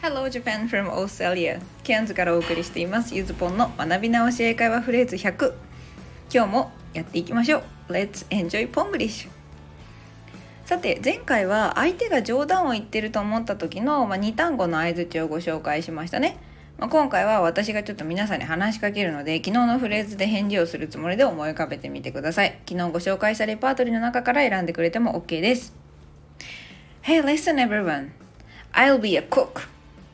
Hello Japan from Australia ケアンズからお送りしていますゆずぽんの学び直し英会話フレーズ100。今日もやっていきましょう。 Let's enjoy Ponglish。 さて前回は相手が冗談を言ってると思った時の、2単語の相槌をご紹介しましたね。今回は私がちょっと皆さんに話しかけるので昨日のフレーズで返事をするつもりで思い浮かべてみてください。昨日ご紹介したレパートリーの中から選んでくれても OK です。 Hey listen everyone, I'll be a cook。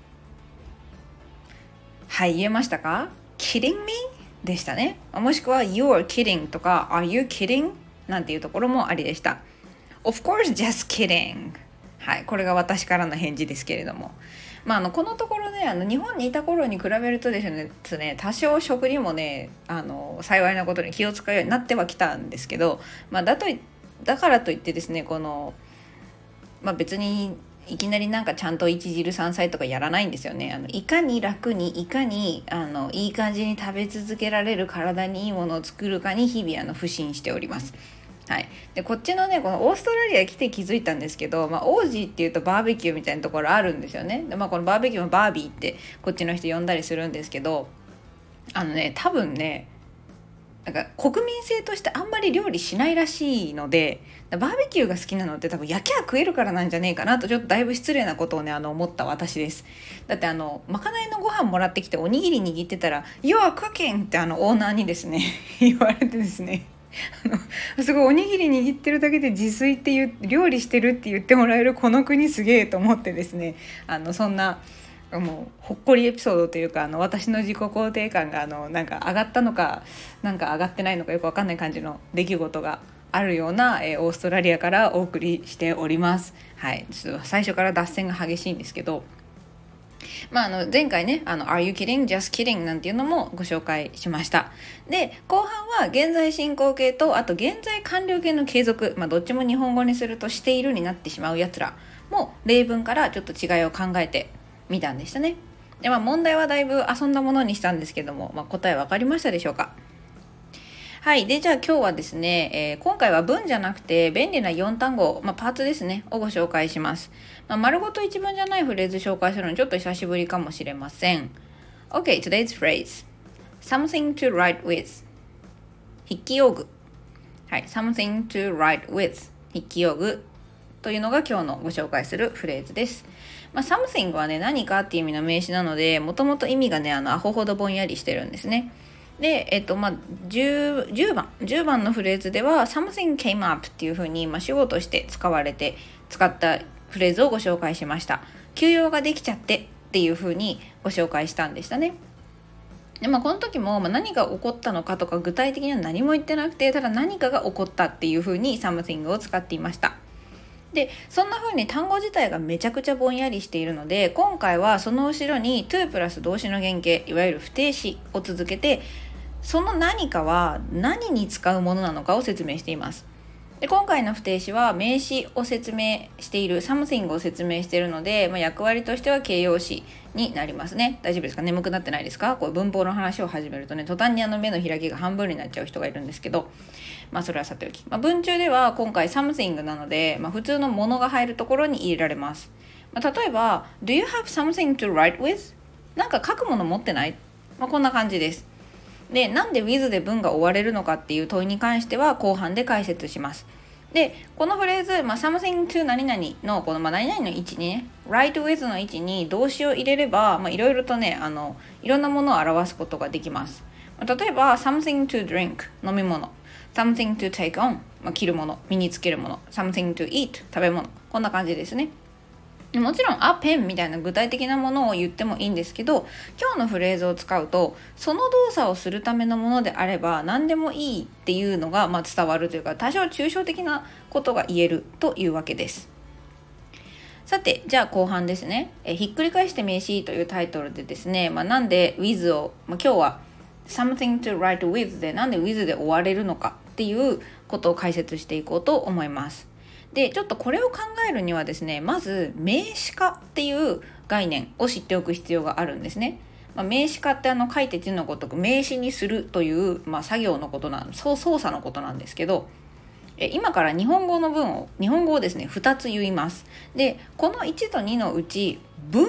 はい、言えましたか？ Kidding me? でしたね。もしくは You're kidding とか Are you kidding? なんていうところもありでした。 Of course, just kidding。 はい、これが私からの返事ですけれども、このところね、日本にいた頃に比べるとですね、多少食にもね幸いなことに気を使うようになってはきたんですけど、だからといってですね、別にいきなりちゃんと1汁3菜とかやらないんですよね。いかに楽にいかにいい感じに食べ続けられる体にいいものを作るかに日々腐心しております。はい、でこっちのねこのオーストラリア来て気づいたんですけど、オージーっていうとバーベキューみたいなところあるんですよね。で、このバーベキューもバービーってこっちの人呼んだりするんですけど、多分ね国民性としてあんまり料理しないらしいので、バーベキューが好きなのって多分焼きゃ食えるからなんじゃねえかなと、ちょっとだいぶ失礼なことをね思った私です。だってまかないのご飯もらってきておにぎり握ってたら You are cooking ってオーナーにですね言われてですねすごいおにぎり握ってるだけで自炊っていう料理してるって言ってもらえるこの国すげえと思ってですね、そんなもうほっこりエピソードというか私の自己肯定感が上がったのか上がってないのかよく分かんない感じの出来事があるような、オーストラリアからお送りしております。はい、ちょっと最初から脱線が激しいんですけど、前回ねAre you kidding? Just kidding なんていうのもご紹介しました。で後半は現在進行形とあと現在完了形の継続、どっちも日本語にするとしているになってしまうやつらも例文からちょっと違いを考えてみたんでしたね。で、問題はだいぶ遊んだものにしたんですけども、答え分かりましたでしょうか？はい。で、じゃあ今日はですね、今回は文じゃなくて便利な4単語、パーツですね、をご紹介します。丸ごと一文じゃないフレーズ紹介するのちょっと久しぶりかもしれません。Okay, today's phrase. Something to write with. 筆記用具。はい。Something to write with. 筆記用具というのが今日のご紹介するフレーズです。something はね、何かっていう意味の名詞なので、もともと意味がね、アホほどぼんやりしてるんですね。で、10番のフレーズでは something came up っていう風に、主語として使ったフレーズをご紹介しました。休養ができちゃってっていう風にご紹介したんでしたね。で、この時も、何が起こったのかとか具体的には何も言ってなくて、ただ何かが起こったっていう風に something を使っていました。でそんな風に単語自体がめちゃくちゃぼんやりしているので、今回はその後ろに to プラス動詞の原型、いわゆる不定詞を続けて、その何かは何に使うものなのかを説明しています。で今回の不定詞は名詞を説明している something を説明しているので、役割としては形容詞になりますね。大丈夫ですか？眠くなってないですか？こう文法の話を始めるとね、途端に目の開きが半分になっちゃう人がいるんですけど、それはさておき、文中では今回 something なので、普通のものが入るところに入れられます。例えば Do you have something to write with? なんか書くもの持ってない？こんな感じです。で、なんで with で文が終われるのかっていう問いに関しては後半で解説します。で、このフレーズ、something to 何々のこの何々の位置にね、write with の位置に動詞を入れれば、いろいろとね、いろんなものを表すことができます。例えば something to drink 飲み物、something to take on 着るもの、身につけるもの、something to eat 食べ物、こんな感じですね。もちろん a pen みたいな具体的なものを言ってもいいんですけど、今日のフレーズを使うとその動作をするためのものであれば何でもいいっていうのが伝わるというか、多少抽象的なことが言えるというわけです。さて、じゃあ後半ですね。ひっくり返して名詞というタイトルでですね、なんで with を、今日は something to write with でなんで with で終われるのかっていうことを解説していこうと思います。で、ちょっとこれを考えるにはですね、まず名詞化っていう概念を知っておく必要があるんですね。名詞化って書いて字のごとく名詞にするという、作業のこと操作のことなんですけど、今から日本語をですね2つ言います。でこの1と2のうち文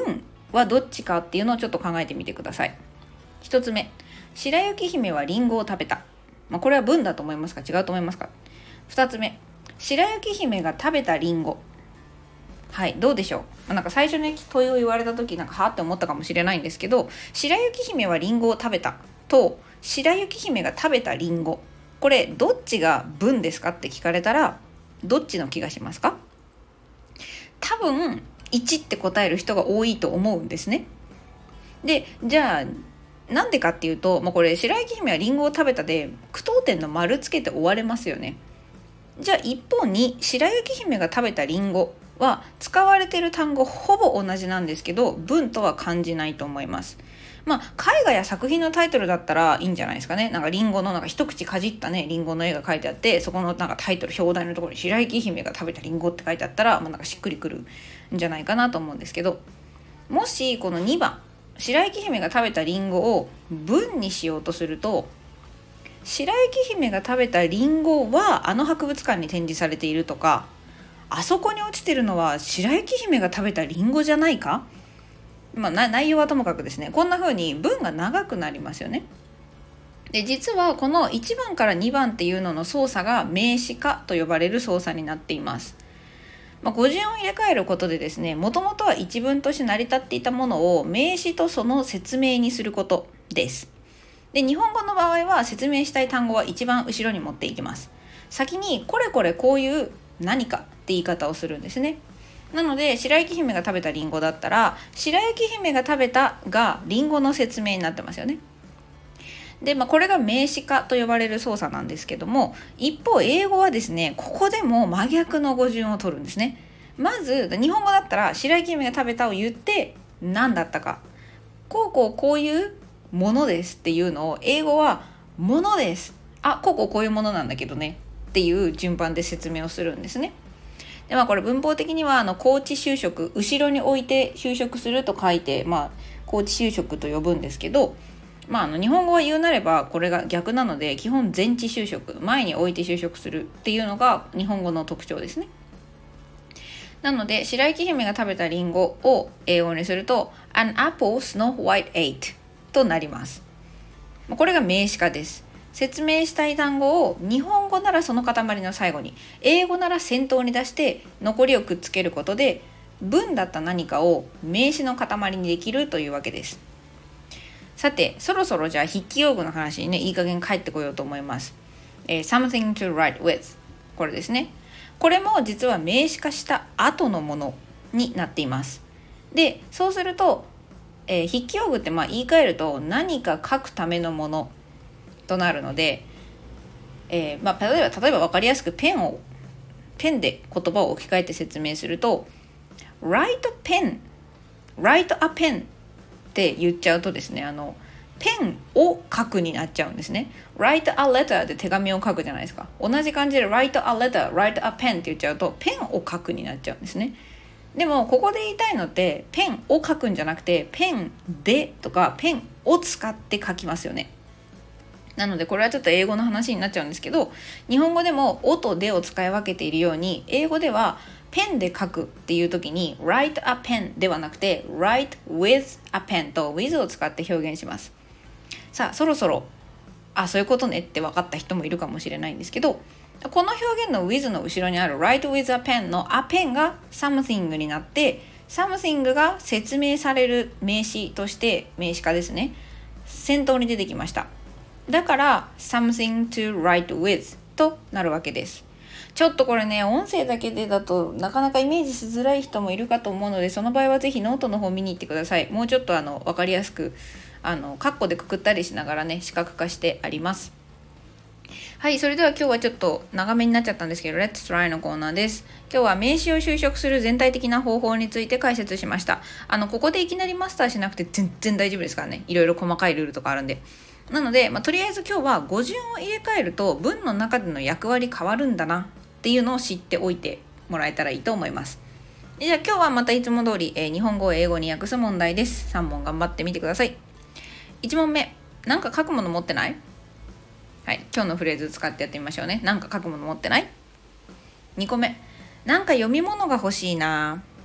はどっちかっていうのをちょっと考えてみてください。1つ目、白雪姫はリンゴを食べた。これは文だと思いますか、違うと思いますか。2つ目、白雪姫が食べたリンゴ。はい、どうでしょう。なんか最初に問いを言われた時はって思ったかもしれないんですけど、白雪姫はリンゴを食べたと白雪姫が食べたリンゴ、これどっちが文ですかって聞かれたらどっちの気がしますか？多分1って答える人が多いと思うんですね。で、じゃあなんでかっていうと、これ白雪姫はリンゴを食べたで句読点の丸つけて終われますよね。じゃあ一方に白雪姫が食べたリンゴは使われている単語ほぼ同じなんですけど文とは感じないと思います。絵画や作品のタイトルだったらいいんじゃないですかね。リンゴの一口かじったねリンゴの絵が書いてあって、そこのタイトル表題のところに白雪姫が食べたリンゴって書いてあったら、しっくりくるんじゃないかなと思うんですけど、もしこの2番白雪姫が食べたリンゴを文にしようとすると、白雪姫が食べたリンゴはあの博物館に展示されているとか、あそこに落ちてるのは白雪姫が食べたリンゴじゃないか、内容はともかくですね、こんな風に文が長くなりますよね。で、実はこの1番から2番っていうのの操作が名詞化と呼ばれる操作になっています。語順を入れ替えることでですね、もともとは一文として成り立っていたものを名詞とその説明にすることです。で、日本語の場合は説明したい単語は一番後ろに持っていきます。先にこれこれこういう何かって言い方をするんですね。なので白雪姫が食べたリンゴだったら白雪姫が食べたがリンゴの説明になってますよね。で、これが名詞化と呼ばれる操作なんですけども、一方英語はですね、ここでも真逆の語順を取るんですね。まず日本語だったら白雪姫が食べたを言って何だったか、こういうものですっていうのを英語はものです、こういうものなんだけどねっていう順番で説明をするんですね。で、これ文法的には後置修飾、後ろに置いて修飾すると書いて、後置修飾と呼ぶんですけど、日本語は言うなればこれが逆なので、基本前置修飾、前に置いて修飾するっていうのが日本語の特徴ですね。なので白雪姫が食べたリンゴを英語にすると An apple Snow White ate となります。これが名詞化です。説明したい単語を日本語ならその塊の最後に、英語なら先頭に出して残りをくっつけることで文だった何かを名詞の塊にできるというわけです。さて、そろそろじゃあ筆記用具の話にね、いい加減帰ってこようと思います。something to write with、 これですね。これも実は名詞化した後のものになっています。で、そうすると、筆記用具って言い換えると何か書くためのものとなるので、例えば分かりやすくペンで言葉を置き換えて説明すると write a pen って言っちゃうとですね、ペンを書くになっちゃうんですね。 write a letter で手紙を書くじゃないですか。同じ感じで write a letter write a pen って言っちゃうとペンを書くになっちゃうんですね。でもここで言いたいのってペンを書くんじゃなくてペンでとかペンを使って書きますよね。なのでこれはちょっと英語の話になっちゃうんですけど、日本語でもおとでを使い分けているように、英語ではペンで書くっていう時に write a pen ではなくて write with a pen と with を使って表現します。さあ、そろそろそういうことねって分かった人もいるかもしれないんですけど、この表現の with の後ろにある write with a pen の a pen が something になって、 something が説明される名詞として名詞化ですね、先頭に出てきました。だから something to write with となるわけです。ちょっとこれね、音声だけでだとなかなかイメージしづらい人もいるかと思うので、その場合はぜひノートの方見に行ってください。もうちょっと分かりやすくカッコでくくったりしながらね、視覚化してあります。はい、それでは今日はちょっと長めになっちゃったんですけど、Let's Try のコーナーです。今日は名詞を修飾する全体的な方法について解説しました。ここでいきなりマスターしなくて全然大丈夫ですからね。いろいろ細かいルールとかあるんで。なので、とりあえず今日は語順を入れ替えると文の中での役割変わるんだなっていうのを知っておいてもらえたらいいと思います。じゃあ今日はまたいつも通り、日本語を英語に訳す問題です。3問頑張ってみてください。1問目、なんか書くもの持ってない？はい、今日のフレーズ使ってやってみましょうね。なんか書くもの持ってない？ 2 個目、なんか読み物が欲しいな。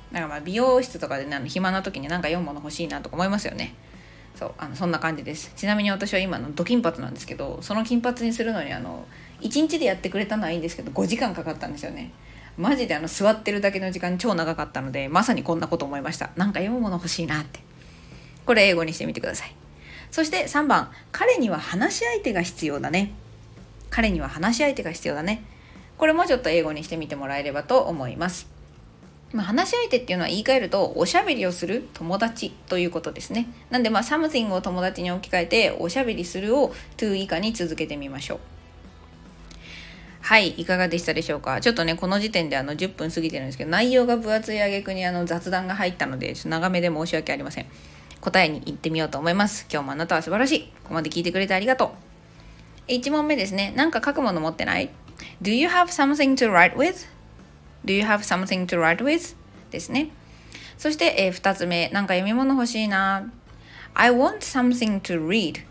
なんかまあ美容室とかで、ね、暇な時になんか読むもの欲しいなとか思いますよね。そうそんな感じです。ちなみに私は今のド金髪なんですけど、その金髪にするのに1日でやってくれたのはいいんですけど5時間かかったんですよね。マジで座ってるだけの時間超長かったので、まさにこんなこと思いました。なんか読むもの欲しいなって。これ英語にしてみてください。そして3番、彼には話し相手が必要だね。彼には話し相手が必要だね。これもちょっと英語にしてみてもらえればと思います。話し相手っていうのは言い換えるとおしゃべりをする友達ということですね。なんでsomething を友達に置き換えておしゃべりするを to 以下に続けてみましょう。はい、いかがでしたでしょうか。ちょっとねこの時点で10分過ぎてるんですけど、内容が分厚い挙句に雑談が入ったのでちょっと長めで申し訳ありません。答えに行ってみようと思います。今日もあなたは素晴らしい。ここまで聞いてくれてありがとう。1問目ですね。なんか書くもの持ってない？ Do you have something to write with?Do you have something to write with? ですね。そして、2つ目、なんか読み物欲しいな。I want something to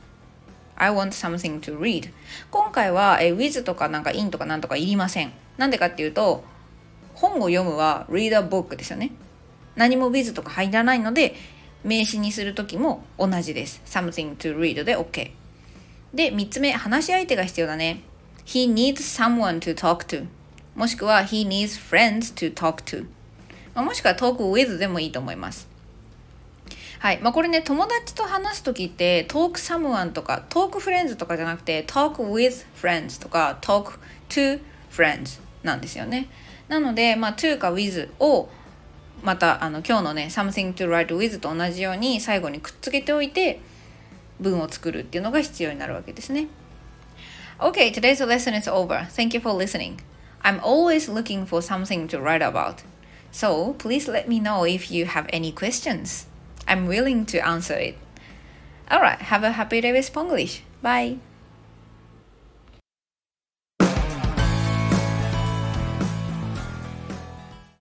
read.I want something to read. 今回は、with とかなんか in とかなんとかいりません。なんでかっていうと、本を読むは read a book ですよね。何も with とか入らないので、名詞にするときも同じです。something to read で OK。で、3つ目、話し相手が必要だね。He needs someone to talk to。もしくは He needs friends to talk to。もしくは talk with でもいいと思います。はい。これね、友達と話すときって talk someone とか talk friends とかじゃなくて talk with friends とか talk to friends なんですよね。なので、to か with をまた今日のね something to write with と同じように最後にくっつけておいて文を作るっていうのが必要になるわけですね。Okay, today's lesson is over. Thank you for listening. I'm always looking for something to write about. So please let me know if you have any questions. I'm willing to answer it. Alright, have a happy day with Spanglish. Bye.